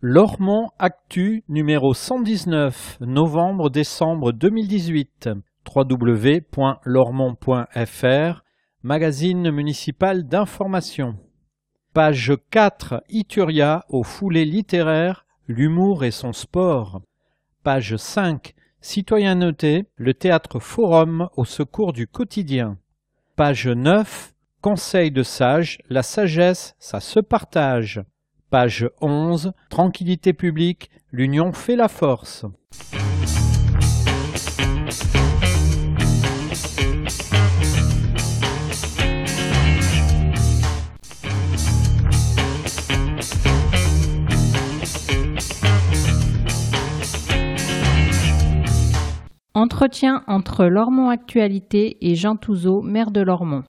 Lormont Actu numéro 119, novembre-décembre 2018, www.lormont.fr, magazine municipal d'information. Page 4, Ituria aux foulées littéraires, l'humour et son sport. Page 5, Citoyenneté, le théâtre Forum au secours du quotidien. Page 9, Conseil de sage, la sagesse, ça se partage. Page 11, Tranquillité publique, l'union fait la force. Entretien entre Lormont Actualité et Jean Touzeau, maire de Lormont.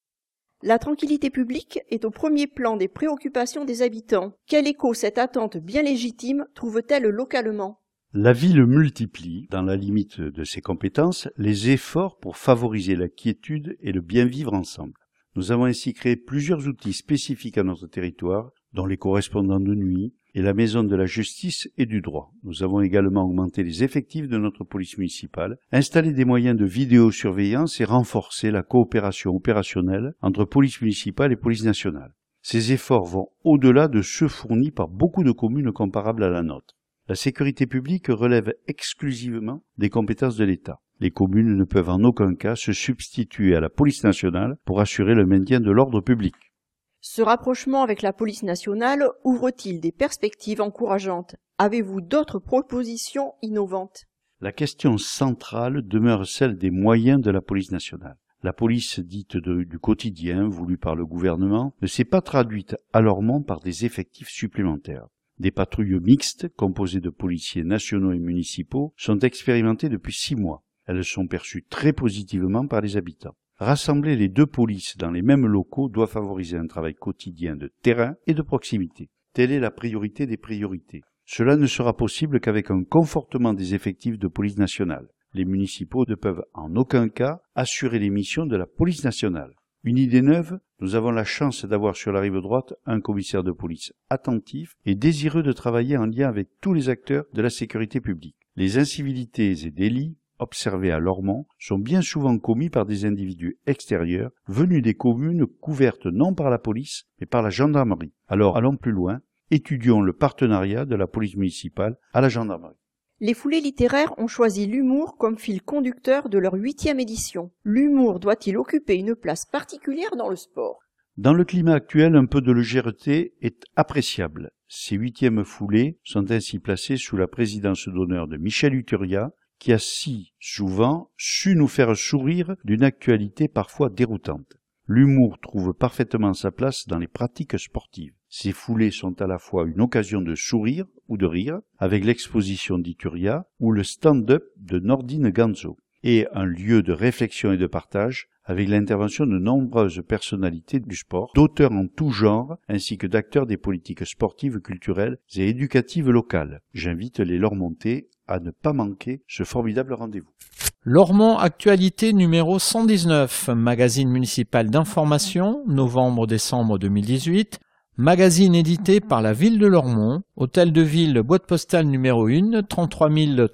La tranquillité publique est au premier plan des préoccupations des habitants. Quel écho cette attente bien légitime trouve-t-elle localement ? La ville multiplie, dans la limite de ses compétences, les efforts pour favoriser la quiétude et le bien vivre ensemble. Nous avons ainsi créé plusieurs outils spécifiques à notre territoire, dont les correspondants de nuit et la maison de la justice et du droit. Nous avons également augmenté les effectifs de notre police municipale, installé des moyens de vidéosurveillance et renforcé la coopération opérationnelle entre police municipale et police nationale. Ces efforts vont au-delà de ceux fournis par beaucoup de communes comparables à la nôtre. La sécurité publique relève exclusivement des compétences de l'État. Les communes ne peuvent en aucun cas se substituer à la police nationale pour assurer le maintien de l'ordre public. Ce rapprochement avec la police nationale ouvre-t-il des perspectives encourageantes ? Avez-vous d'autres propositions innovantes ? La question centrale demeure celle des moyens de la police nationale. La police dite du quotidien, voulue par le gouvernement, ne s'est pas traduite à Lormont par des effectifs supplémentaires. Des patrouilles mixtes, composées de policiers nationaux et municipaux, sont expérimentées depuis 6 mois. Elles sont perçues très positivement par les habitants. Rassembler les deux polices dans les mêmes locaux doit favoriser un travail quotidien de terrain et de proximité. Telle est la priorité des priorités. Cela ne sera possible qu'avec un confortement des effectifs de police nationale. Les municipaux ne peuvent en aucun cas assurer les missions de la police nationale. Une idée neuve, nous avons la chance d'avoir sur la rive droite un commissaire de police attentif et désireux de travailler en lien avec tous les acteurs de la sécurité publique. Les incivilités et délits observés à Lormont sont bien souvent commis par des individus extérieurs venus des communes couvertes non par la police mais par la gendarmerie. Alors allons plus loin, étudions le partenariat de la police municipale à la gendarmerie. Les foulées littéraires ont choisi l'humour comme fil conducteur de leur 8e édition. L'humour doit-il occuper une place particulière dans le sport ? Dans le climat actuel, un peu de légèreté est appréciable. Ces 8e foulées sont ainsi placées sous la présidence d'honneur de Michel Ituria, qui a si souvent su nous faire sourire d'une actualité parfois déroutante. L'humour trouve parfaitement sa place dans les pratiques sportives. Ces foulées sont à la fois une occasion de sourire ou de rire, avec l'exposition d'Ituria ou le stand-up de Nordine Ganzo, et un lieu de réflexion et de partage, avec l'intervention de nombreuses personnalités du sport, d'auteurs en tout genre, ainsi que d'acteurs des politiques sportives, culturelles et éducatives locales. J'invite les Lormontais à ne pas manquer ce formidable rendez-vous. Lormont Actualité numéro 119, magazine municipal d'information, novembre-décembre 2018, magazine édité par la ville de Lormont, hôtel de ville, boîte postale numéro 1, 33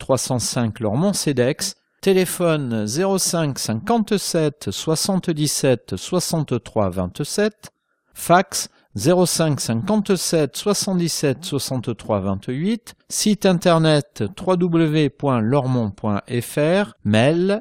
305 Lormont-Cedex, téléphone 05 57 77 63 27, fax 05 57 77 63 28, site internet www.lormont.fr, mail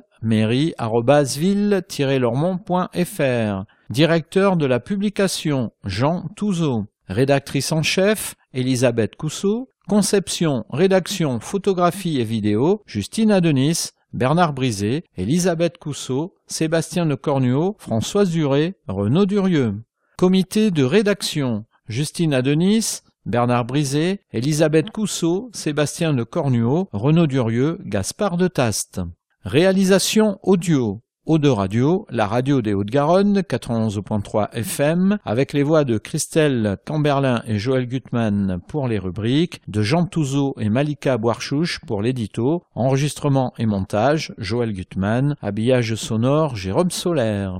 mairie@ville-lormont.fr, directeur de la publication Jean Touzeau, rédactrice en chef Elisabeth Cousseau, conception, rédaction, photographie et vidéo Justine Adenis, Bernard Brisé, Elisabeth Cousseau, Sébastien de Cornuau, Françoise Duré, Renaud Durieux. Comité de rédaction, Justine Adenis, Bernard Brisé, Elisabeth Cousseau, Sébastien de Cornuau, Renaud Durieux, Gaspard de Taste. Réalisation audio, Eau-de Radio, la radio des Hauts-de-Garonne, 91.3 FM, avec les voix de Christelle Camberlin et Joël Gutmann pour les rubriques, de Jean Touzeau et Malika Boarchouche pour l'édito, enregistrement et montage, Joël Gutmann, habillage sonore, Jérôme Solaire.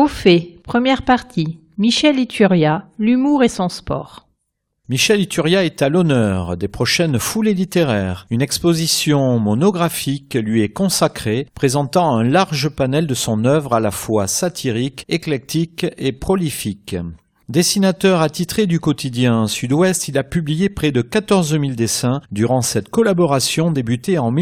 Au fait, première partie. Michel Ituria, l'humour et son sport. Michel Ituria est à l'honneur des prochaines foulées littéraires. Une exposition monographique lui est consacrée, présentant un large panel de son œuvre à la fois satirique, éclectique et prolifique. Dessinateur attitré du quotidien Sud-Ouest, il a publié près de 14 000 dessins durant cette collaboration débutée en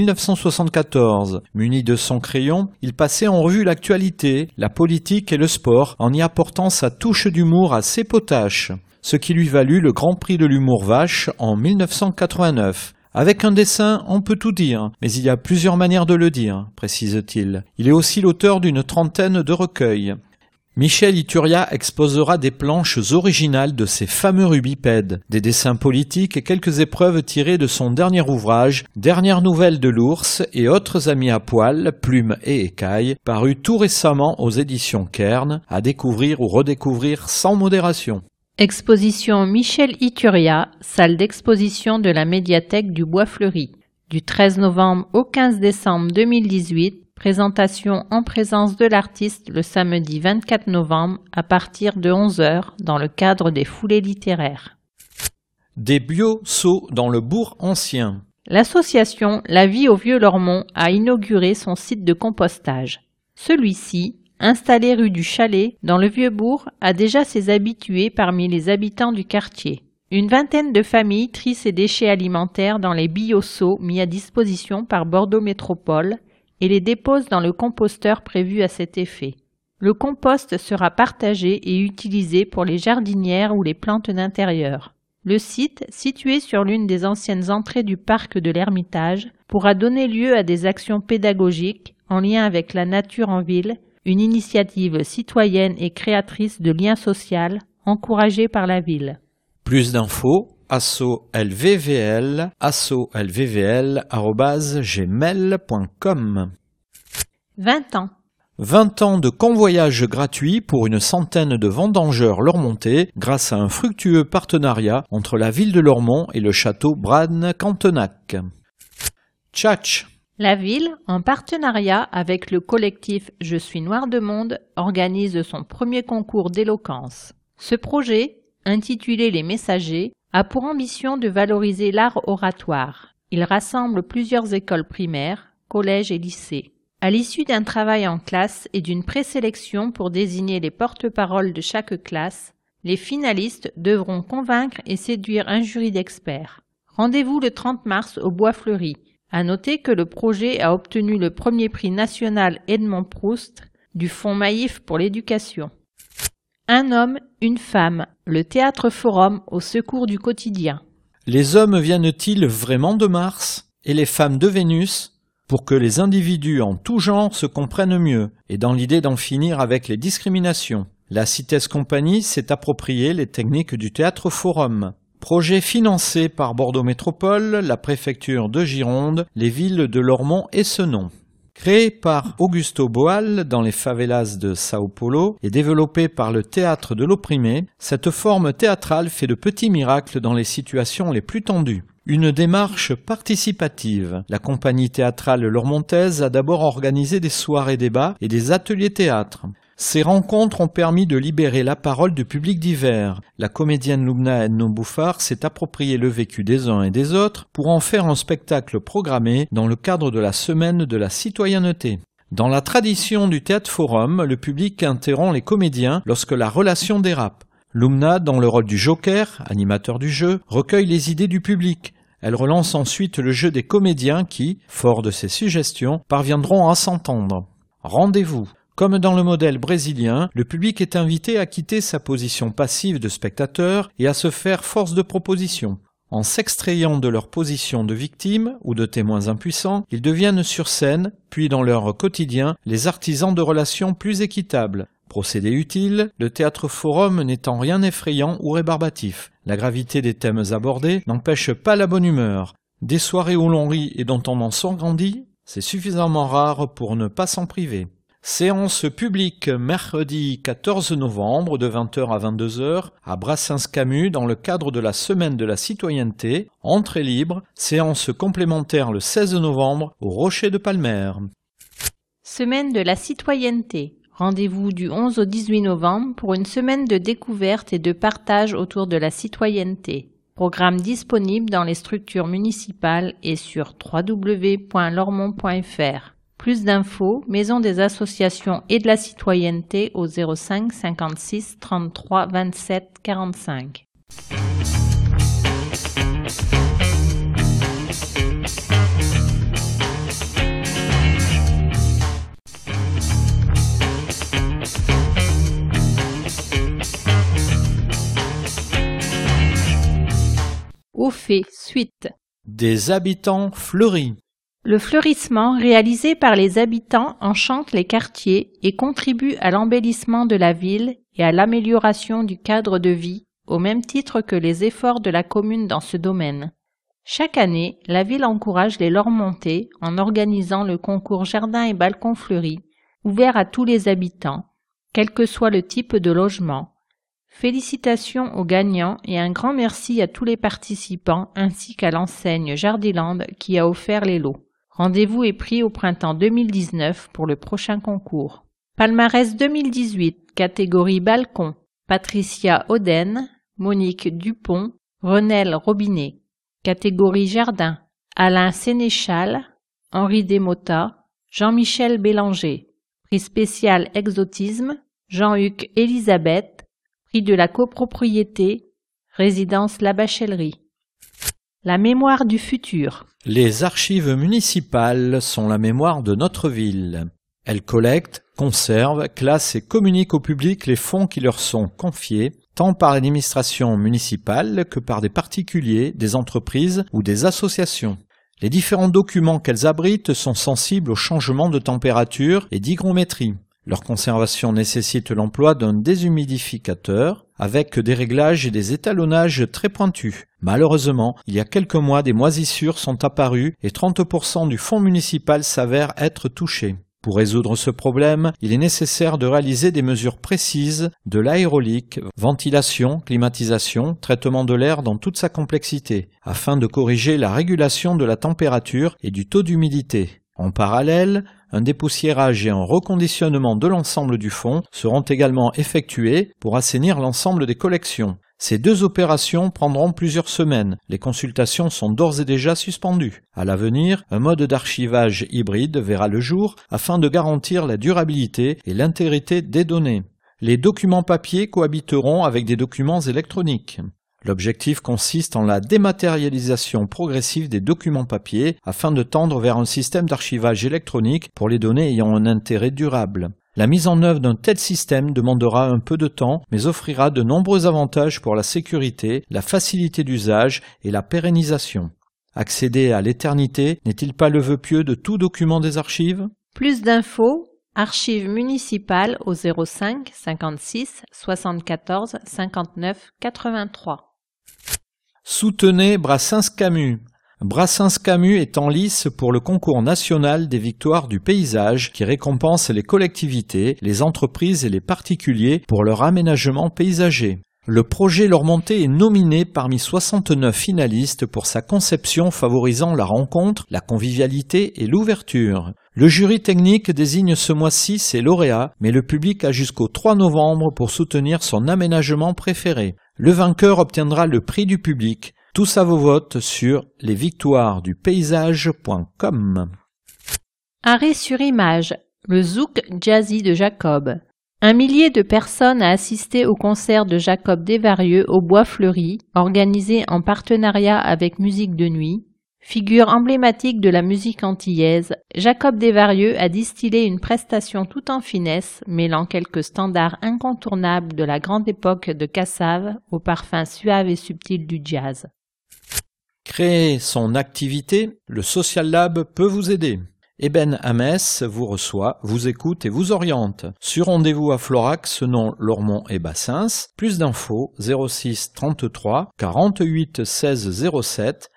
1974. Muni de son crayon, il passait en revue l'actualité, la politique et le sport en y apportant sa touche d'humour assez potache, ce qui lui valut le Grand Prix de l'humour Vache en 1989. Avec un dessin, on peut tout dire, mais il y a plusieurs manières de le dire, précise-t-il. Il est aussi l'auteur d'une trentaine de recueils. Michel Ituria exposera des planches originales de ses fameux rubipèdes, des dessins politiques et quelques épreuves tirées de son dernier ouvrage, Dernières nouvelles de l'ours et autres amis à poil, plumes et écailles, paru tout récemment aux éditions Kern, à découvrir ou redécouvrir sans modération. Exposition Michel Ituria, salle d'exposition de la médiathèque du Bois Fleuri. Du 13 novembre au 15 décembre 2018, présentation en présence de l'artiste le samedi 24 novembre à partir de 11h dans le cadre des foulées littéraires. Des bio-sauts dans le bourg ancien. L'association La Vie au Vieux-Lormont a inauguré son site de compostage. Celui-ci, installé rue du Chalet, dans le Vieux-Bourg, a déjà ses habitués parmi les habitants du quartier. Une vingtaine de familles trient ces déchets alimentaires dans les bio-sauts mis à disposition par Bordeaux Métropole et les dépose dans le composteur prévu à cet effet. Le compost sera partagé et utilisé pour les jardinières ou les plantes d'intérieur. Le site, situé sur l'une des anciennes entrées du parc de l'Ermitage, pourra donner lieu à des actions pédagogiques en lien avec la nature en ville, une initiative citoyenne et créatrice de lien social encouragée par la ville. Plus d'infos, assolvvl@gmail.com. 20 ans. 20 ans de convoyage gratuit pour une centaine de vendangeurs lormontais grâce à un fructueux partenariat entre la ville de Lormont et le château Branne-Cantenac. Tchatch. La ville, en partenariat avec le collectif Je suis noir de monde, organise son premier concours d'éloquence. Ce projet, intitulé Les Messagers, a pour ambition de valoriser l'art oratoire. Il rassemble plusieurs écoles primaires, collèges et lycées. À l'issue d'un travail en classe et d'une présélection pour désigner les porte-paroles de chaque classe, les finalistes devront convaincre et séduire un jury d'experts. Rendez-vous le 30 mars au Bois Fleuri. À noter que le projet a obtenu le premier prix national Edmond Proust du Fonds Maïf pour l'éducation. Un homme, une femme, le Théâtre Forum au secours du quotidien. Les hommes viennent-ils vraiment de Mars et les femmes de Vénus pour que les individus en tout genre se comprennent mieux et dans l'idée d'en finir avec les discriminations? La Cites Compagnie s'est approprié les techniques du Théâtre Forum. Projet financé par Bordeaux Métropole, la préfecture de Gironde, les villes de Lormont et Senon. Créé par Augusto Boal dans les favelas de Sao Paulo et développé par le théâtre de l'opprimé, cette forme théâtrale fait de petits miracles dans les situations les plus tendues. Une démarche participative. La compagnie théâtrale lormontaise a d'abord organisé des soirées débats et des ateliers théâtre. Ces rencontres ont permis de libérer la parole de publics divers. La comédienne Lumna Edno-Bouffard s'est approprié le vécu des uns et des autres pour en faire un spectacle programmé dans le cadre de la semaine de la citoyenneté. Dans la tradition du Théâtre Forum, le public interrompt les comédiens lorsque la relation dérape. Lumna, dans le rôle du joker, animateur du jeu, recueille les idées du public. Elle relance ensuite le jeu des comédiens qui, forts de ses suggestions, parviendront à s'entendre. Rendez-vous. Comme dans le modèle brésilien, le public est invité à quitter sa position passive de spectateur et à se faire force de proposition. En s'extrayant de leur position de victime ou de témoins impuissants, ils deviennent sur scène, puis dans leur quotidien, les artisans de relations plus équitables. Procédé utile, le Théâtre Forum n'étant rien effrayant ou rébarbatif. La gravité des thèmes abordés n'empêche pas la bonne humeur. Des soirées où l'on rit et dont on en s'engrandit, c'est suffisamment rare pour ne pas s'en priver. Séance publique mercredi 14 novembre de 20h à 22h à Brassens-Camus dans le cadre de la Semaine de la Citoyenneté, entrée libre, séance complémentaire le 16 novembre au Rocher de Palmer. Semaine de la Citoyenneté. Rendez-vous du 11 au 18 novembre pour une semaine de découverte et de partage autour de la citoyenneté. Programme disponible dans les structures municipales et sur www.lormont.fr. Plus d'infos, Maison des associations et de la citoyenneté au 05 56 33 27 45. Au fait, suite. Des habitants fleuris. Le fleurissement réalisé par les habitants enchante les quartiers et contribue à l'embellissement de la ville et à l'amélioration du cadre de vie, au même titre que les efforts de la commune dans ce domaine. Chaque année, la ville encourage les Lormontais en organisant le concours Jardin et Balcons Fleuris, ouvert à tous les habitants, quel que soit le type de logement. Félicitations aux gagnants et un grand merci à tous les participants ainsi qu'à l'enseigne Jardiland qui a offert les lots. Rendez-vous est pris au printemps 2019 pour le prochain concours. Palmarès 2018, catégorie Balcon, Patricia Oden, Monique Dupont, Renelle Robinet. Catégorie Jardin, Alain Sénéchal, Henri Desmotas, Jean-Michel Bélanger. Prix spécial Exotisme, Jean-Hugues Elisabeth. Prix de la copropriété, Résidence La Bachellerie. La mémoire du futur. Les archives municipales sont la mémoire de notre ville. Elles collectent, conservent, classent et communiquent au public les fonds qui leur sont confiés, tant par l'administration municipale que par des particuliers, des entreprises ou des associations. Les différents documents qu'elles abritent sont sensibles aux changements de température et d'hygrométrie. Leur conservation nécessite l'emploi d'un déshumidificateur avec des réglages et des étalonnages très pointus. Malheureusement, il y a quelques mois, des moisissures sont apparues et 30% du fonds municipal s'avère être touché. Pour résoudre ce problème, il est nécessaire de réaliser des mesures précises de l'aérolique, ventilation, climatisation, traitement de l'air dans toute sa complexité, afin de corriger la régulation de la température et du taux d'humidité. En parallèle, un dépoussiérage et un reconditionnement de l'ensemble du fonds seront également effectués pour assainir l'ensemble des collections. Ces deux opérations prendront plusieurs semaines. Les consultations sont d'ores et déjà suspendues. À l'avenir, un mode d'archivage hybride verra le jour afin de garantir la durabilité et l'intégrité des données. Les documents papier cohabiteront avec des documents électroniques. L'objectif consiste en la dématérialisation progressive des documents papier afin de tendre vers un système d'archivage électronique pour les données ayant un intérêt durable. La mise en œuvre d'un tel système demandera un peu de temps, mais offrira de nombreux avantages pour la sécurité, la facilité d'usage et la pérennisation. Accéder à l'éternité n'est-il pas le vœu pieux de tout document des archives ? Plus d'infos, archives municipales au 05 56 74 59 83. Soutenez Brassens-Camus. Brassens-Camus est en lice pour le concours national des victoires du paysage qui récompense les collectivités, les entreprises et les particuliers pour leur aménagement paysager. Le projet Lormontais est nominé parmi 69 finalistes pour sa conception favorisant la rencontre, la convivialité et l'ouverture. Le jury technique désigne ce mois-ci ses lauréats, mais le public a jusqu'au 3 novembre pour soutenir son aménagement préféré. Le vainqueur obtiendra le prix du public. Tous à vos votes sur lesvictoiresdupaysage.com. Arrêt sur image, le zouk jazzy de Jacob. 1 millier de personnes a assisté au concert de Jacob Desvarieux au Bois Fleuri, organisé en partenariat avec Musique de Nuit. Figure emblématique de la musique antillaise, Jacob Desvarieux a distillé une prestation tout en finesse, mêlant quelques standards incontournables de la grande époque de Cassave au parfum suave et subtil du jazz. Créer son activité, le Social Lab peut vous aider. Eben Hamès vous reçoit, vous écoute et vous oriente. Sur rendez-vous à Florac, nom Lormont et Bassins. Plus d'infos 06 33 48 16 07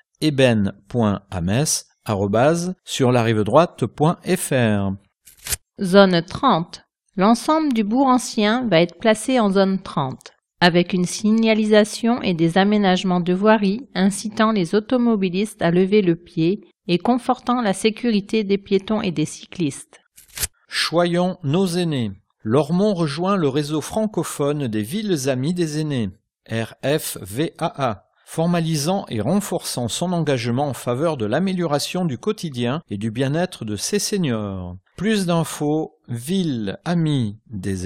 eben.hamès@surlarivedroite.fr. Zone 30. L'ensemble du bourg ancien va être placé en zone 30, avec une signalisation et des aménagements de voirie incitant les automobilistes à lever le pied et confortant la sécurité des piétons et des cyclistes. Choyons nos aînés. Lormont rejoint le réseau francophone des villes amies des aînés, RFVAA, formalisant et renforçant son engagement en faveur de l'amélioration du quotidien et du bien-être de ses seniors. Plus d'infos, ville amie des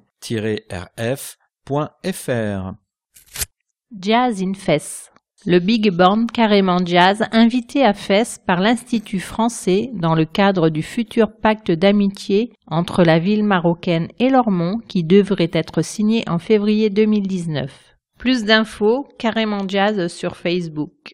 aînés-rf.fr. Jazz in Fès. Le big band carrément jazz invité à Fès par l'Institut français dans le cadre du futur pacte d'amitié entre la ville marocaine et Lormont qui devrait être signé en février 2019. Plus d'infos, carrément jazz sur Facebook.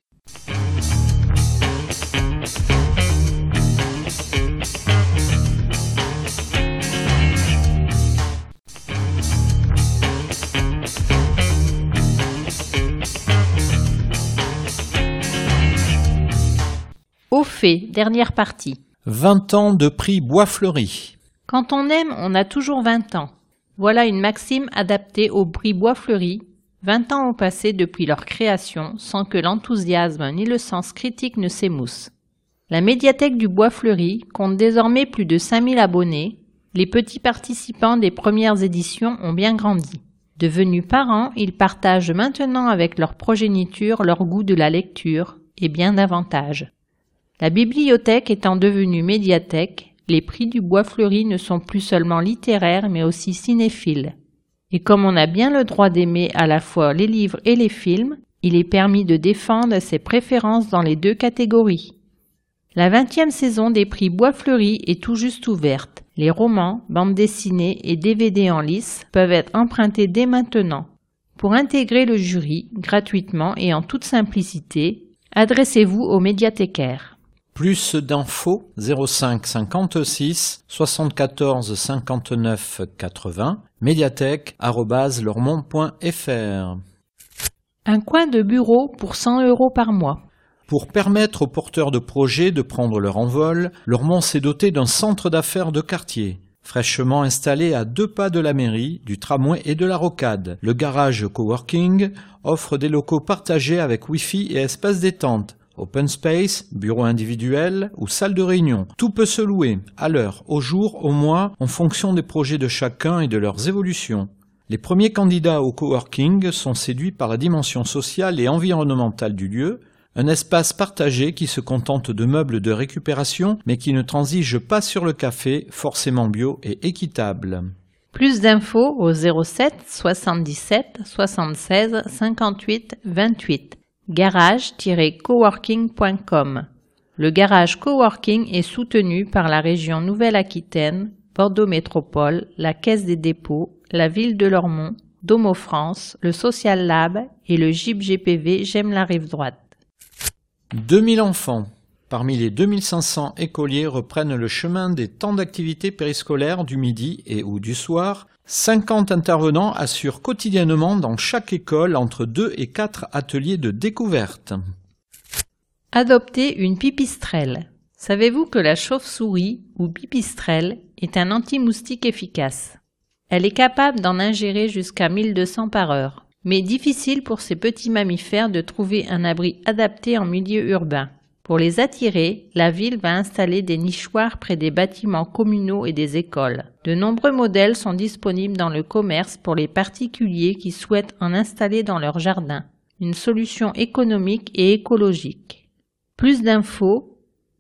Au fait, dernière partie. 20 ans de prix Bois Fleuri. Quand on aime, on a toujours 20 ans. Voilà une maxime adaptée au prix Bois Fleuri. 20 ans ont passé depuis leur création sans que l'enthousiasme ni le sens critique ne s'émoussent. La médiathèque du Bois Fleuri compte désormais plus de 5000 abonnés. Les petits participants des premières éditions ont bien grandi. Devenus parents, ils partagent maintenant avec leur progéniture leur goût de la lecture et bien davantage. La bibliothèque étant devenue médiathèque, les prix du Bois Fleuri ne sont plus seulement littéraires mais aussi cinéphiles. Et comme on a bien le droit d'aimer à la fois les livres et les films, il est permis de défendre ses préférences dans les deux catégories. La 20e saison des prix Bois Fleuri est tout juste ouverte. Les romans, bandes dessinées et DVD en lice peuvent être empruntés dès maintenant. Pour intégrer le jury, gratuitement et en toute simplicité, adressez-vous au médiathécaire. Plus d'infos 05 56 74 59 80 médiathèque@lormont.fr. Un coin de bureau pour 100 € par mois. Pour permettre aux porteurs de projets de prendre leur envol, Lormont s'est doté d'un centre d'affaires de quartier. Fraîchement installé à 2 pas de la mairie, du tramway et de la rocade, le garage coworking offre des locaux partagés avec Wi-Fi et espace détente. Open space, bureau individuel ou salle de réunion. Tout peut se louer, à l'heure, au jour, au mois, en fonction des projets de chacun et de leurs évolutions. Les premiers candidats au coworking sont séduits par la dimension sociale et environnementale du lieu, un espace partagé qui se contente de meubles de récupération mais qui ne transige pas sur le café, forcément bio et équitable. Plus d'infos au 07 77 76 58 28. garage-coworking.com. Le garage coworking est soutenu par la région Nouvelle-Aquitaine, Bordeaux Métropole, la Caisse des dépôts, la ville de Lormont, Domo France, le Social Lab et le GIP GPV J'aime la rive droite. 2000 enfants. Parmi les 2500 écoliers reprennent le chemin des temps d'activité périscolaire du midi et ou du soir. 50 intervenants assurent quotidiennement dans chaque école entre 2 et 4 ateliers de découverte. Adopter une pipistrelle. Savez-vous que la chauve-souris ou pipistrelle est un anti-moustique efficace? Elle est capable d'en ingérer jusqu'à 1200 par heure, mais difficile pour ces petits mammifères de trouver un abri adapté en milieu urbain. Pour les attirer, la ville va installer des nichoirs près des bâtiments communaux et des écoles. De nombreux modèles sont disponibles dans le commerce pour les particuliers qui souhaitent en installer dans leur jardin. Une solution économique et écologique. Plus d'infos,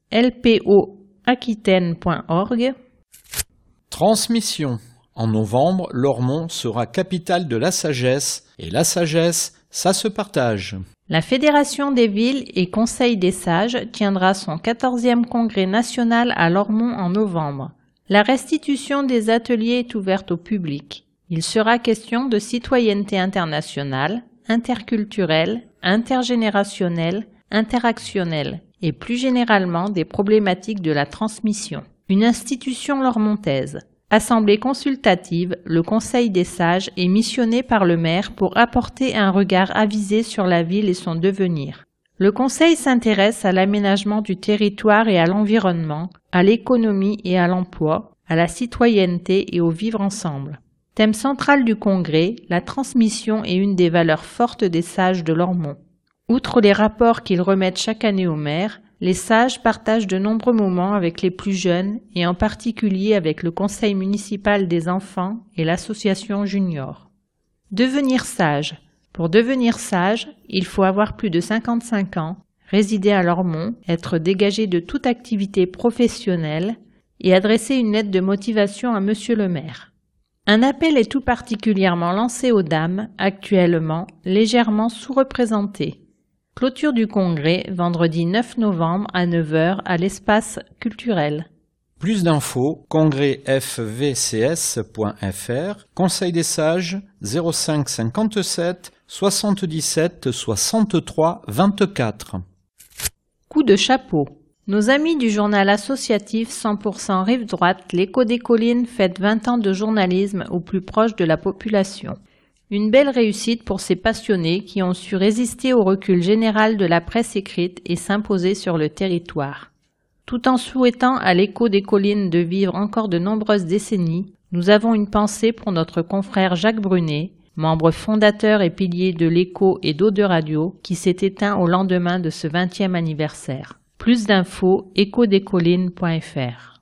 lpoaquitaine.org. Transmission. En novembre, Lormont sera capitale de la sagesse, et la sagesse, ça se partage. La Fédération des villes et Conseil des sages tiendra son 14e congrès national à Lormont en novembre. La restitution des ateliers est ouverte au public. Il sera question de citoyenneté internationale, interculturelle, intergénérationnelle, interactionnelle et plus généralement des problématiques de la transmission. Une institution lormontaise. Assemblée consultative, le Conseil des sages est missionné par le maire pour apporter un regard avisé sur la ville et son devenir. Le Conseil s'intéresse à l'aménagement du territoire et à l'environnement, à l'économie et à l'emploi, à la citoyenneté et au vivre ensemble. Thème central du congrès, la transmission est une des valeurs fortes des sages de Lormont. Outre les rapports qu'ils remettent chaque année au maire, les sages partagent de nombreux moments avec les plus jeunes et en particulier avec le conseil municipal des enfants et l'association junior. Devenir sage. Pour devenir sage, il faut avoir plus de 55 ans, résider à Lormont, être dégagé de toute activité professionnelle et adresser une lettre de motivation à Monsieur le maire. Un appel est tout particulièrement lancé aux dames, actuellement légèrement sous-représentées. Clôture du congrès, vendredi 9 novembre à 9h à l'espace culturel. Plus d'infos, congrèsfvcs.fr, Conseil des sages, 05 57 77 63 24. Coup de chapeau. Nos amis du journal associatif 100% Rive Droite, l'Écho des Collines, fête 20 ans de journalisme au plus proche de la population. Une belle réussite pour ces passionnés qui ont su résister au recul général de la presse écrite et s'imposer sur le territoire. Tout en souhaitant à l'Écho des Collines de vivre encore de nombreuses décennies, nous avons une pensée pour notre confrère Jacques Brunet, membre fondateur et pilier de l'Écho et d'Eau de Radio, qui s'est éteint au lendemain de ce 20e anniversaire. Plus d'infos, échodescollines.fr.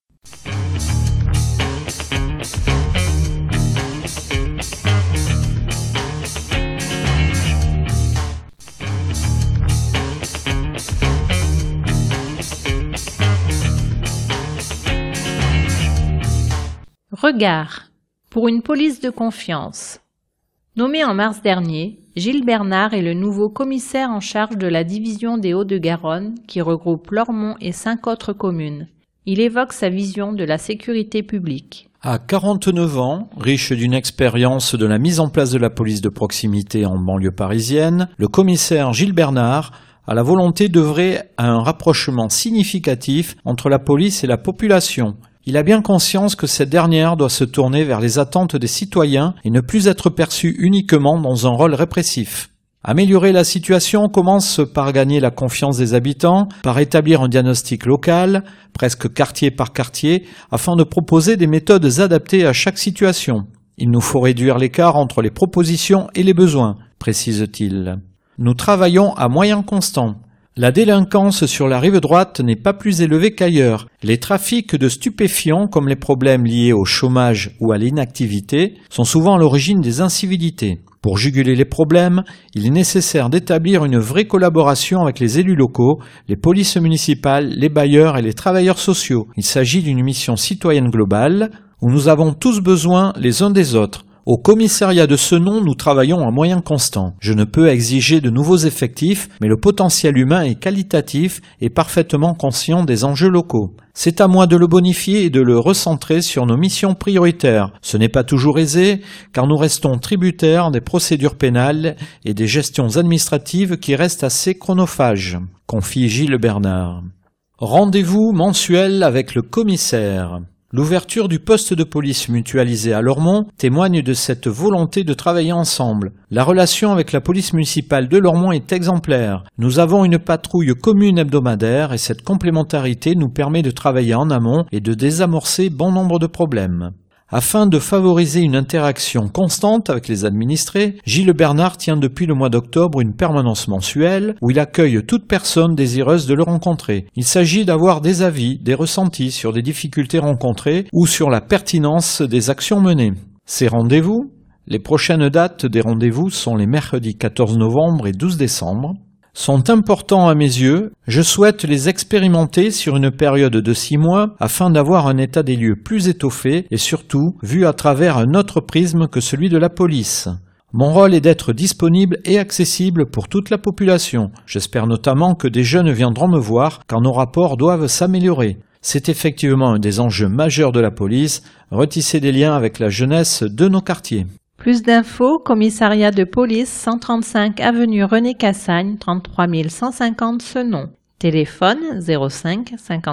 Regard. Pour une police de confiance. Nommé en mars dernier, Gilles Bernard est le nouveau commissaire en charge de la division des Hauts-de-Garonne qui regroupe Lormont et 5 autres communes. Il évoque sa vision de la sécurité publique. À 49 ans, riche d'une expérience de la mise en place de la police de proximité en banlieue parisienne, le commissaire Gilles Bernard a la volonté d'œuvrer à un rapprochement significatif entre la police et la population. Il a bien conscience que cette dernière doit se tourner vers les attentes des citoyens et ne plus être perçue uniquement dans un rôle répressif. Améliorer la situation commence par gagner la confiance des habitants, par établir un diagnostic local, presque quartier par quartier, afin de proposer des méthodes adaptées à chaque situation. Il nous faut réduire l'écart entre les propositions et les besoins, précise-t-il. Nous travaillons à moyens constants. La délinquance sur la rive droite n'est pas plus élevée qu'ailleurs. Les trafics de stupéfiants, comme les problèmes liés au chômage ou à l'inactivité, sont souvent à l'origine des incivilités. Pour juguler les problèmes, il est nécessaire d'établir une vraie collaboration avec les élus locaux, les polices municipales, les bailleurs et les travailleurs sociaux. Il s'agit d'une mission citoyenne globale où nous avons tous besoin les uns des autres. Au commissariat de Senon, nous travaillons à moyens constants. Je ne peux exiger de nouveaux effectifs, mais le potentiel humain est qualitatif et parfaitement conscient des enjeux locaux. C'est à moi de le bonifier et de le recentrer sur nos missions prioritaires. Ce n'est pas toujours aisé, car nous restons tributaires des procédures pénales et des gestions administratives qui restent assez chronophages, confie Gilles Bernard. Rendez-vous mensuel avec le commissaire. L'ouverture du poste de police mutualisé à Lormont témoigne de cette volonté de travailler ensemble. La relation avec la police municipale de Lormont est exemplaire. Nous avons une patrouille commune hebdomadaire et cette complémentarité nous permet de travailler en amont et de désamorcer bon nombre de problèmes. Afin de favoriser une interaction constante avec les administrés, Gilles Bernard tient depuis le mois d'octobre une permanence mensuelle où il accueille toute personne désireuse de le rencontrer. Il s'agit d'avoir des avis, des ressentis sur des difficultés rencontrées ou sur la pertinence des actions menées. Ces rendez-vous, les prochaines dates des rendez-vous sont les mercredis 14 novembre et 12 décembre, sont importants à mes yeux. Je souhaite les expérimenter sur une période de 6 mois afin d'avoir un état des lieux plus étoffé et surtout vu à travers un autre prisme que celui de la police. Mon rôle est d'être disponible et accessible pour toute la population. J'espère notamment que des jeunes viendront me voir car nos rapports doivent s'améliorer. C'est effectivement un des enjeux majeurs de la police, retisser des liens avec la jeunesse de nos quartiers. Plus d'infos, commissariat de police 135 avenue René Cassagne, 33 150 Senon. Téléphone 05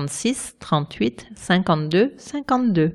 56 38 52 52.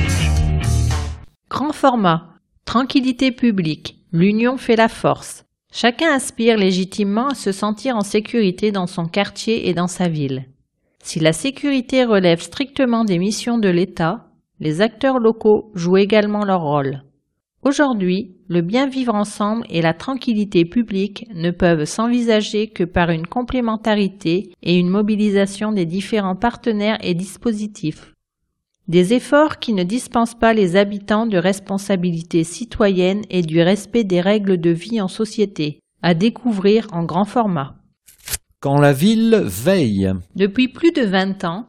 Grand format. Tranquillité publique. L'union fait la force. Chacun aspire légitimement à se sentir en sécurité dans son quartier et dans sa ville. Si la sécurité relève strictement des missions de l'État, les acteurs locaux jouent également leur rôle. Aujourd'hui, le bien vivre ensemble et la tranquillité publique ne peuvent s'envisager que par une complémentarité et une mobilisation des différents partenaires et dispositifs. Des efforts qui ne dispensent pas les habitants de responsabilités citoyennes et du respect des règles de vie en société, à découvrir en grand format. Quand la ville veille. Depuis plus de 20 ans,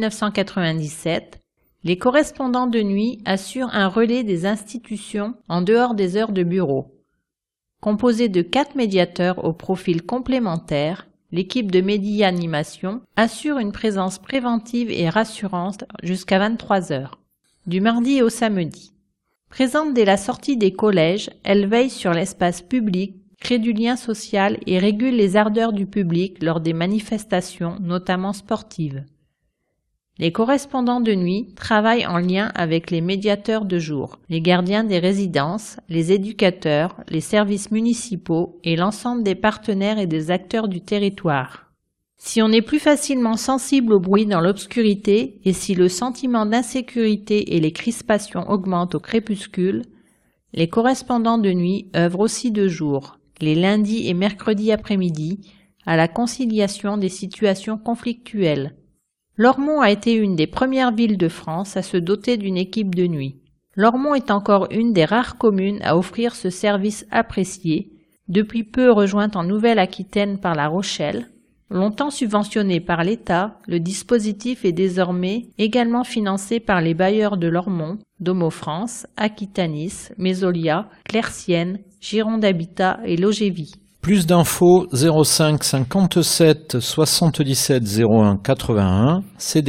1997, les correspondants de nuit assurent un relais des institutions en dehors des heures de bureau. Composée de 4 médiateurs au profil complémentaire, l'équipe de média-animation assure une présence préventive et rassurante jusqu'à 23 heures, du mardi au samedi. Présente dès la sortie des collèges, elle veille sur l'espace public, crée du lien social et régule les ardeurs du public lors des manifestations, notamment sportives. Les correspondants de nuit travaillent en lien avec les médiateurs de jour, les gardiens des résidences, les éducateurs, les services municipaux et l'ensemble des partenaires et des acteurs du territoire. Si on est plus facilement sensible au bruit dans l'obscurité et si le sentiment d'insécurité et les crispations augmentent au crépuscule, les correspondants de nuit œuvrent aussi de jour, les lundis et mercredis après-midi, à la conciliation des situations conflictuelles. Lormont a été une des premières villes de France à se doter d'une équipe de nuit. Lormont est encore une des rares communes à offrir ce service apprécié, depuis peu rejointe en Nouvelle-Aquitaine par La Rochelle. Longtemps subventionné par l'État, le dispositif est désormais également financé par les bailleurs de Lormont, Domo France, Aquitanis, Mésolia, Clercienne, Gironde Habitat et Logévie. Plus d'infos 05 57 77 01 81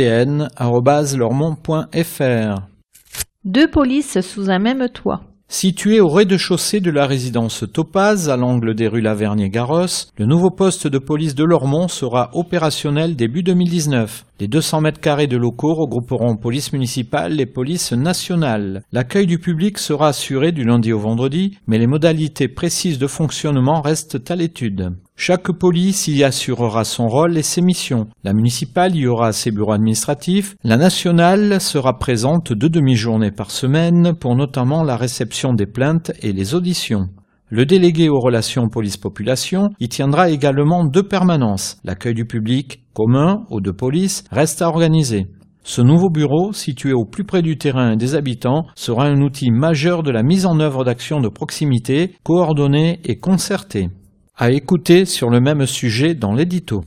cdn@lormont.fr. 2 polices sous un même toit. Situé au rez-de-chaussée de la résidence Topaz, à l'angle des rues Lavernier-Garros, le nouveau poste de police de Lormont sera opérationnel début 2019. Les 200 mètres carrés de locaux regrouperont police municipale et police nationale. L'accueil du public sera assuré du lundi au vendredi, mais les modalités précises de fonctionnement restent à l'étude. Chaque police y assurera son rôle et ses missions. La municipale y aura ses bureaux administratifs. La nationale sera présente 2 demi-journées par semaine pour notamment la réception des plaintes et les auditions. Le délégué aux relations police-population y tiendra également 2 permanences. L'accueil du public, commun aux 2 polices, reste à organiser. Ce nouveau bureau, situé au plus près du terrain et des habitants, sera un outil majeur de la mise en œuvre d'actions de proximité, coordonnées et concertées. À écouter sur le même sujet dans l'édito.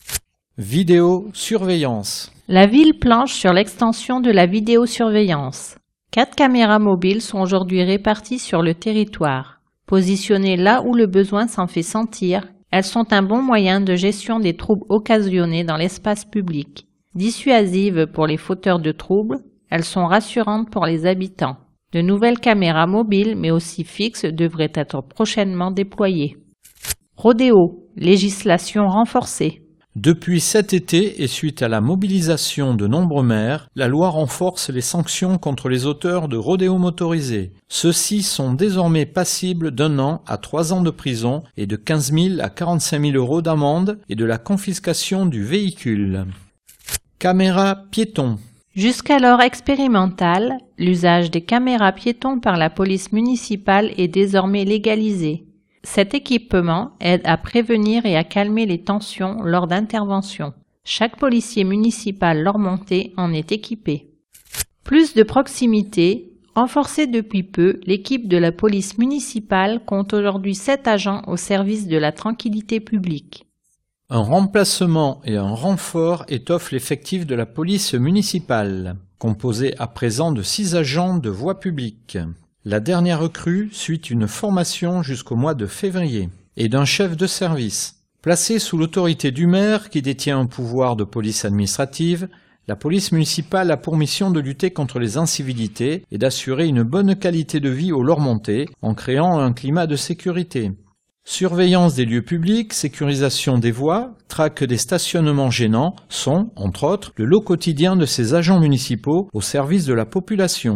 Vidéosurveillance. La ville planche sur l'extension de la vidéosurveillance. 4 caméras mobiles sont aujourd'hui réparties sur le territoire. Positionnées là où le besoin s'en fait sentir, elles sont un bon moyen de gestion des troubles occasionnés dans l'espace public. Dissuasives pour les fauteurs de troubles, elles sont rassurantes pour les habitants. De nouvelles caméras mobiles, mais aussi fixes, devraient être prochainement déployées. Rodéo, législation renforcée. Depuis cet été et suite à la mobilisation de nombreux maires, la loi renforce les sanctions contre les auteurs de rodéos motorisés. Ceux-ci sont désormais passibles d'1 an à 3 ans de prison et de 15 000 à 45 000 euros d'amende et de la confiscation du véhicule. Caméras piétons. Jusqu'alors expérimental, l'usage des caméras piétons par la police municipale est désormais légalisé. Cet équipement aide à prévenir et à calmer les tensions lors d'interventions. Chaque policier municipal lormontais en est équipé. Plus de proximité. Renforcée depuis peu, l'équipe de la police municipale compte aujourd'hui 7 agents au service de la tranquillité publique. Un remplacement et un renfort étoffent l'effectif de la police municipale, composé à présent de 6 agents de voie publique. La dernière recrue suit une formation jusqu'au mois de février et d'un chef de service. Placée sous l'autorité du maire qui détient un pouvoir de police administrative, la police municipale a pour mission de lutter contre les incivilités et d'assurer une bonne qualité de vie aux Lormontais en créant un climat de sécurité. Surveillance des lieux publics, sécurisation des voies, traque des stationnements gênants sont, entre autres, le lot quotidien de ces agents municipaux au service de la population.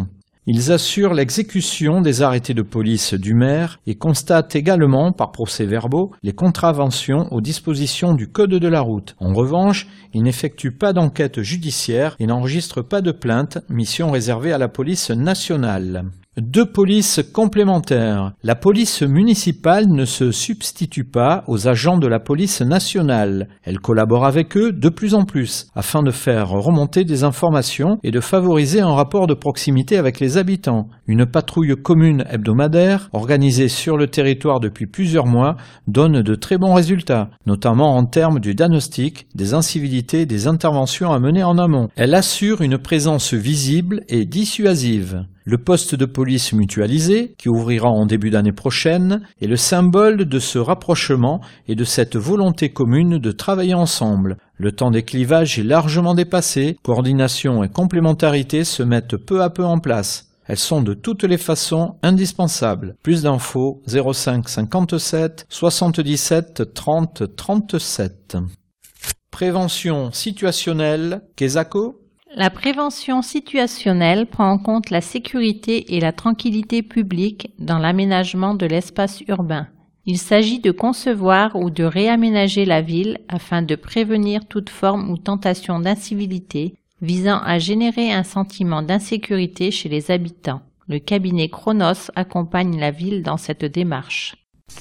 Ils assurent l'exécution des arrêtés de police du maire et constatent également, par procès-verbaux, les contraventions aux dispositions du Code de la route. En revanche, ils n'effectuent pas d'enquête judiciaire et n'enregistrent pas de plainte, mission réservée à la police nationale. 2 polices complémentaires. La police municipale ne se substitue pas aux agents de la police nationale. Elle collabore avec eux de plus en plus, afin de faire remonter des informations et de favoriser un rapport de proximité avec les habitants. Une patrouille commune hebdomadaire, organisée sur le territoire depuis plusieurs mois, donne de très bons résultats, notamment en termes du diagnostic, des incivilités et des interventions à mener en amont. Elle assure une présence visible et dissuasive. Le poste de police mutualisé, qui ouvrira en début d'année prochaine, est le symbole de ce rapprochement et de cette volonté commune de travailler ensemble. Le temps des clivages est largement dépassé, coordination et complémentarité se mettent peu à peu en place. Elles sont de toutes les façons indispensables. Plus d'infos 05 57 77 30 37. Prévention situationnelle, Kesako. La prévention situationnelle prend en compte la sécurité et la tranquillité publique dans l'aménagement de l'espace urbain. Il s'agit de concevoir ou de réaménager la ville afin de prévenir toute forme ou tentation d'incivilité visant à générer un sentiment d'insécurité chez les habitants. Le cabinet Chronos accompagne la ville dans cette démarche.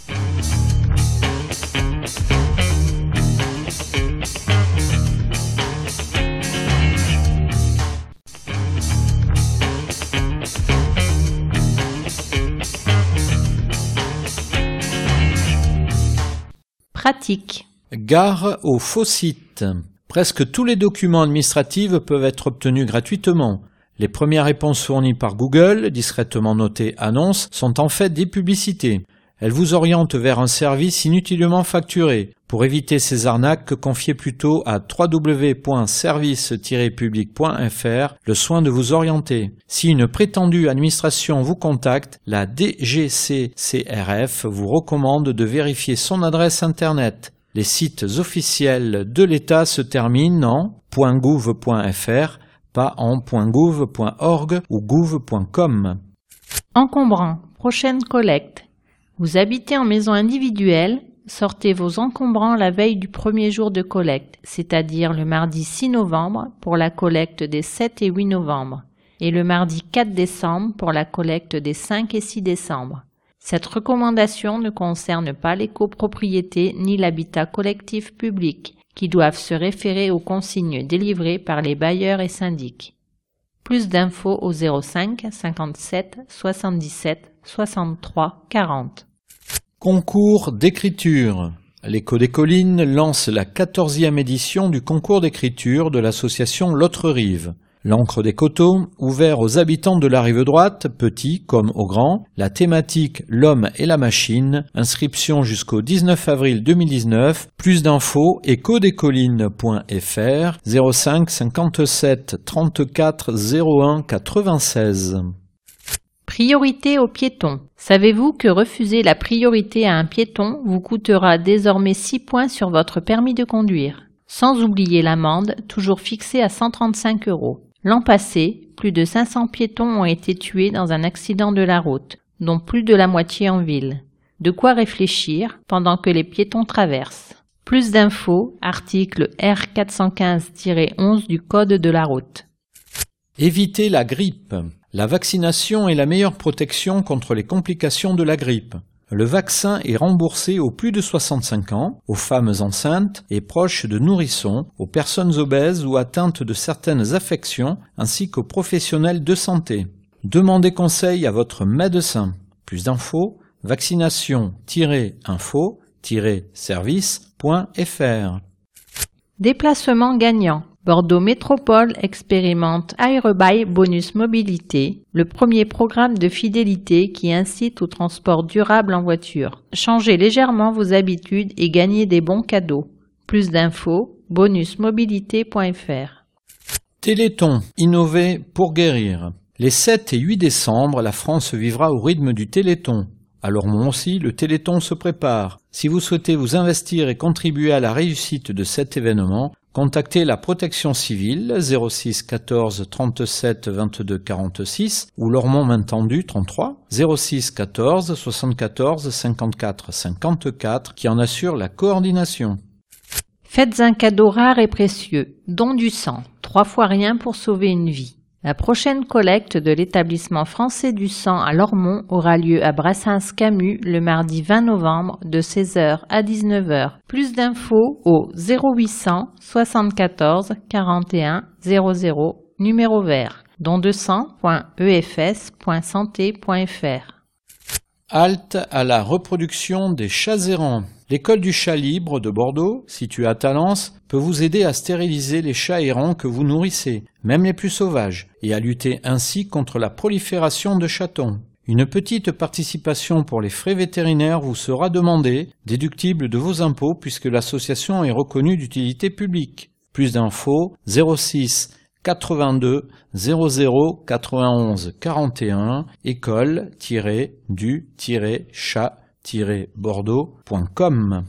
Pratique. Gare aux faux sites. Presque tous les documents administratifs peuvent être obtenus gratuitement. Les premières réponses fournies par Google, discrètement notées annonces, sont en fait des publicités. Elles vous orientent vers un service inutilement facturé. Pour éviter ces arnaques, confiez plutôt à www.service-public.fr le soin de vous orienter. Si une prétendue administration vous contacte, la DGCCRF vous recommande de vérifier son adresse Internet. Les sites officiels de l'État se terminent en .gouv.fr, pas en .gouv.org ou gouv.com. Encombrant. Prochaine collecte. Vous habitez en maison individuelle, sortez vos encombrants la veille du premier jour de collecte, c'est-à-dire le mardi 6 novembre pour la collecte des 7 et 8 novembre, et le mardi 4 décembre pour la collecte des 5 et 6 décembre. Cette recommandation ne concerne pas les copropriétés ni l'habitat collectif public, qui doivent se référer aux consignes délivrées par les bailleurs et syndics. Plus d'infos au 05 57 77 63 40. Concours d'écriture. L'Écho des Collines lance la 14e édition du concours d'écriture de l'association L'Autre Rive. L'Ancre des Coteaux, ouvert aux habitants de la rive droite, petits comme aux grands, la thématique L'homme et la machine, inscription jusqu'au 19 avril 2019, plus d'infos échodescollines.fr 05 57 34 01 96. Priorité aux piétons. Savez-vous que refuser la priorité à un piéton vous coûtera désormais 6 points sur votre permis de conduire? Sans oublier l'amende, toujours fixée à 135 €. L'an passé, plus de 500 piétons ont été tués dans un accident de la route, dont plus de la moitié en ville. De quoi réfléchir pendant que les piétons traversent. Plus d'infos, article R415-11 du Code de la route. Éviter la grippe. La vaccination est la meilleure protection contre les complications de la grippe. Le vaccin est remboursé aux plus de 65 ans, aux femmes enceintes et proches de nourrissons, aux personnes obèses ou atteintes de certaines affections, ainsi qu'aux professionnels de santé. Demandez conseil à votre médecin. Plus d'infos, vaccination-info-service.fr. Déplacement gagnant. Bordeaux Métropole expérimente Aerobuy Bonus Mobilité, le premier programme de fidélité qui incite au transport durable en voiture. Changez légèrement vos habitudes et gagnez des bons cadeaux. Plus d'infos, bonusmobilité.fr. Téléthon, innover pour guérir. Les 7 et 8 décembre, la France vivra au rythme du Téléthon. À Lormont aussi, le Téléthon se prépare. Si vous souhaitez vous investir et contribuer à la réussite de cet événement, Contactez la protection civile 06 14 37 22 46 ou Lormont main tendue 33 06 14 74 54 54 qui en assure la coordination. Faites un cadeau rare et précieux, don du sang, 3 fois rien pour sauver une vie. La prochaine collecte de l'établissement français du sang à Lormont aura lieu à Brassens-Camus le mardi 20 novembre de 16h à 19h. Plus d'infos au 0800 74 41 00 numéro vert dondesang.efs.santé.fr. Halte à la reproduction des chats errants. L'école du chat libre de Bordeaux, située à Talence, peut vous aider à stériliser les chats errants que vous nourrissez, même les plus sauvages, et à lutter ainsi contre la prolifération de chatons. Une petite participation pour les frais vétérinaires vous sera demandée, déductible de vos impôts puisque l'association est reconnue d'utilité publique. Plus d'infos 06 82 00 91 41 école-du-chat-bordeaux.com.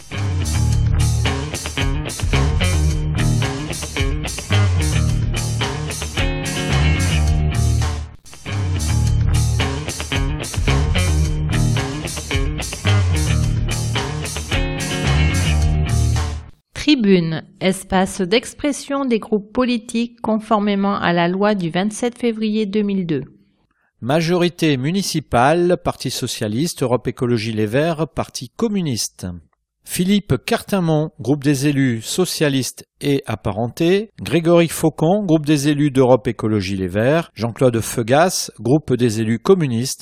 Tribune, espace d'expression des groupes politiques conformément à la loi du 27 février 2002. Majorité municipale, Parti socialiste, Europe Écologie Les Verts, Parti communiste. Philippe Cartimont, groupe des élus socialistes et apparentés. Grégory Faucon, groupe des élus d'Europe Écologie Les Verts. Jean-Claude Feugas, groupe des élus communistes.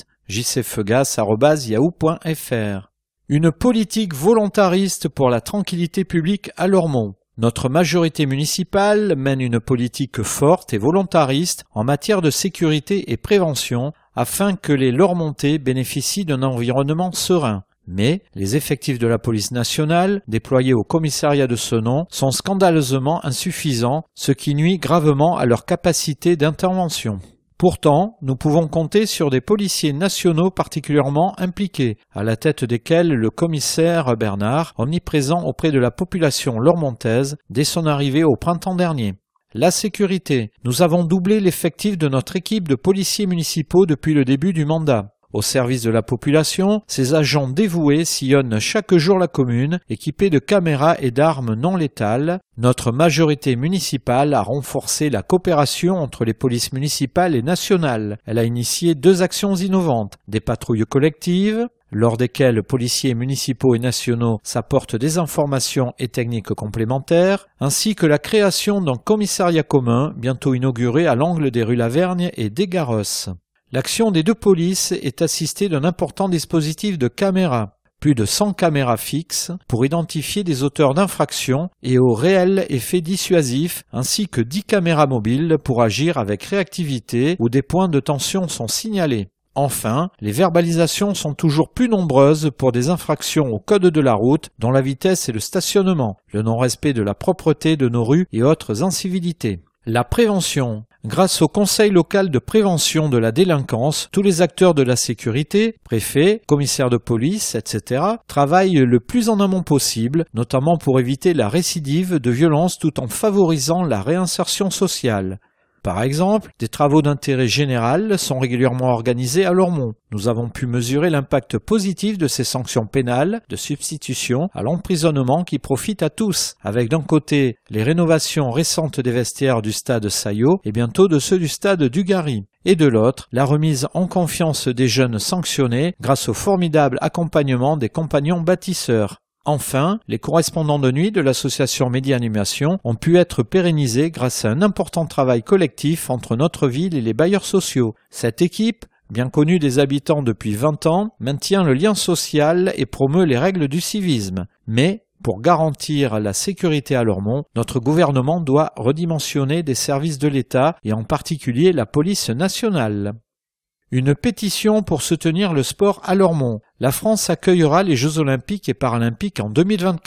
jcfeugas@yahoo.fr. Une politique volontariste pour la tranquillité publique à Lormont. Notre majorité municipale mène une politique forte et volontariste en matière de sécurité et prévention afin que les Lormontais bénéficient d'un environnement serein. Mais les effectifs de la police nationale, déployés au commissariat de ce nom, sont scandaleusement insuffisants, ce qui nuit gravement à leur capacité d'intervention. Pourtant, nous pouvons compter sur des policiers nationaux particulièrement impliqués, à la tête desquels le commissaire Bernard, omniprésent auprès de la population lormontaise dès son arrivée au printemps dernier. La sécurité. Nous avons doublé l'effectif de notre équipe de policiers municipaux depuis le début du mandat. Au service de la population, ces agents dévoués sillonnent chaque jour la commune, équipés de caméras et d'armes non létales. Notre majorité municipale a renforcé la coopération entre les polices municipales et nationales. Elle a initié 2 actions innovantes, des patrouilles collectives, lors desquelles policiers municipaux et nationaux s'apportent des informations et techniques complémentaires, ainsi que la création d'un commissariat commun, bientôt inauguré à l'angle des rues Lavergne et des Garosses. L'action des 2 polices est assistée d'un important dispositif de caméras, plus de 100 caméras fixes pour identifier des auteurs d'infractions et au réel effet dissuasif, ainsi que 10 caméras mobiles pour agir avec réactivité où des points de tension sont signalés. Enfin, les verbalisations sont toujours plus nombreuses pour des infractions au code de la route dont la vitesse et le stationnement, le non-respect de la propreté de nos rues et autres incivilités. La prévention. Grâce au Conseil local de prévention de la délinquance, tous les acteurs de la sécurité, préfets, commissaires de police, etc., travaillent le plus en amont possible, notamment pour éviter la récidive de violence tout en favorisant la réinsertion sociale. Par exemple, des travaux d'intérêt général sont régulièrement organisés à Lormont. Nous avons pu mesurer l'impact positif de ces sanctions pénales de substitution à l'emprisonnement qui profitent à tous, avec d'un côté les rénovations récentes des vestiaires du stade Saillot et bientôt de ceux du stade Dugarry, et de l'autre la remise en confiance des jeunes sanctionnés grâce au formidable accompagnement des compagnons bâtisseurs. Enfin, les correspondants de nuit de l'association Média-Animation ont pu être pérennisés grâce à un important travail collectif entre notre ville et les bailleurs sociaux. Cette équipe, bien connue des habitants depuis 20 ans, maintient le lien social et promeut les règles du civisme. Mais, pour garantir la sécurité à Lormont, notre gouvernement doit redimensionner des services de l'État et en particulier la police nationale. Une pétition pour soutenir le sport à Lormont. La France accueillera les Jeux Olympiques et Paralympiques en 2024.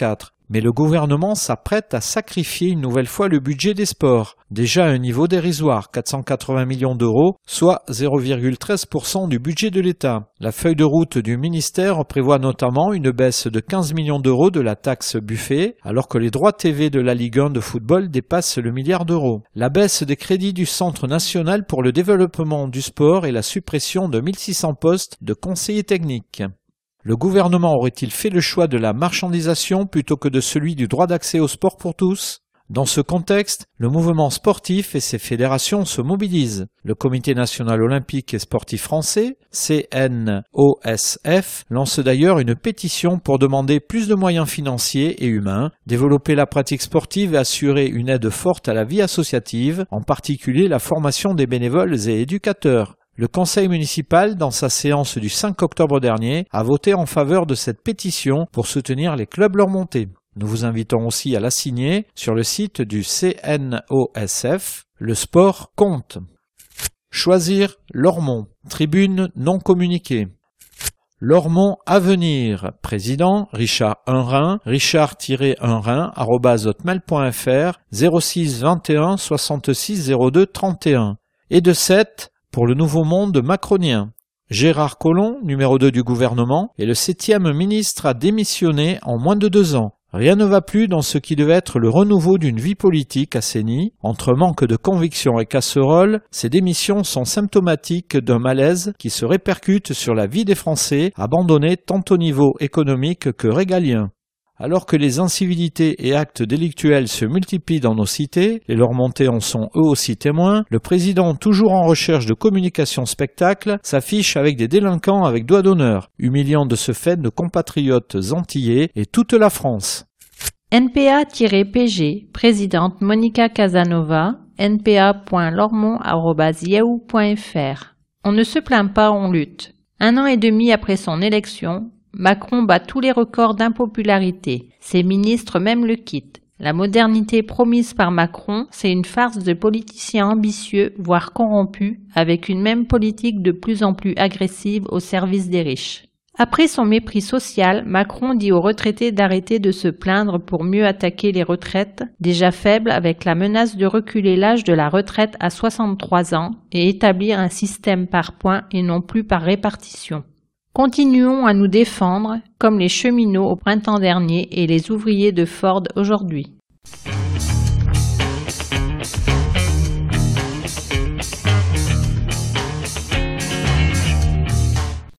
Mais le gouvernement s'apprête à sacrifier une nouvelle fois le budget des sports, déjà à un niveau dérisoire, 480 millions d'euros, soit 0,13% du budget de l'État. La feuille de route du ministère prévoit notamment une baisse de 15 millions d'euros de la taxe Buffet, alors que les droits TV de la Ligue 1 de football dépassent le milliard d'euros. La baisse des crédits du Centre national pour le développement du sport et la suppression de 1600 postes de conseillers techniques. Le gouvernement aurait-il fait le choix de la marchandisation plutôt que de celui du droit d'accès au sport pour tous ? Dans ce contexte, le mouvement sportif et ses fédérations se mobilisent. Le Comité national olympique et sportif français, CNOSF, lance d'ailleurs une pétition pour demander plus de moyens financiers et humains, développer la pratique sportive et assurer une aide forte à la vie associative, en particulier la formation des bénévoles et éducateurs. Le conseil municipal, dans sa séance du 5 octobre dernier, a voté en faveur de cette pétition pour soutenir les clubs Lormontais. Nous vous invitons aussi à la signer sur le site du CNOSF. Le sport compte. Choisir Lormont. Tribune non communiquée. Lormont Avenir. Président Richard Unrin. Richard-unrin@hotmail.fr 06 21 66 02 31. Et de 7 pour le nouveau monde macronien. Gérard Collomb, numéro 2 du gouvernement, est le 7e ministre à démissionner en moins de 2 ans. Rien ne va plus dans ce qui devait être le renouveau d'une vie politique assainie. Entre manque de conviction et casserole, ces démissions sont symptomatiques d'un malaise qui se répercute sur la vie des Français, abandonnés tant au niveau économique que régalien. Alors que les incivilités et actes délictuels se multiplient dans nos cités, les Lormontais en sont eux aussi témoins, le président, toujours en recherche de communication spectacle, s'affiche avec des délinquants avec doigt d'honneur, humiliant de ce fait nos compatriotes antillais et toute la France. NPA-PG, présidente Monica Casanova, npa.lormont@yahoo.fr. On ne se plaint pas, on lutte. 1 an et demi après son élection, Macron bat tous les records d'impopularité. Ses ministres même le quittent. La modernité promise par Macron, c'est une farce de politiciens ambitieux, voire corrompus, avec une même politique de plus en plus agressive au service des riches. Après son mépris social, Macron dit aux retraités d'arrêter de se plaindre pour mieux attaquer les retraites, déjà faibles, avec la menace de reculer l'âge de la retraite à 63 ans et établir un système par points et non plus par répartition. Continuons à nous défendre, comme les cheminots au printemps dernier et les ouvriers de Ford aujourd'hui.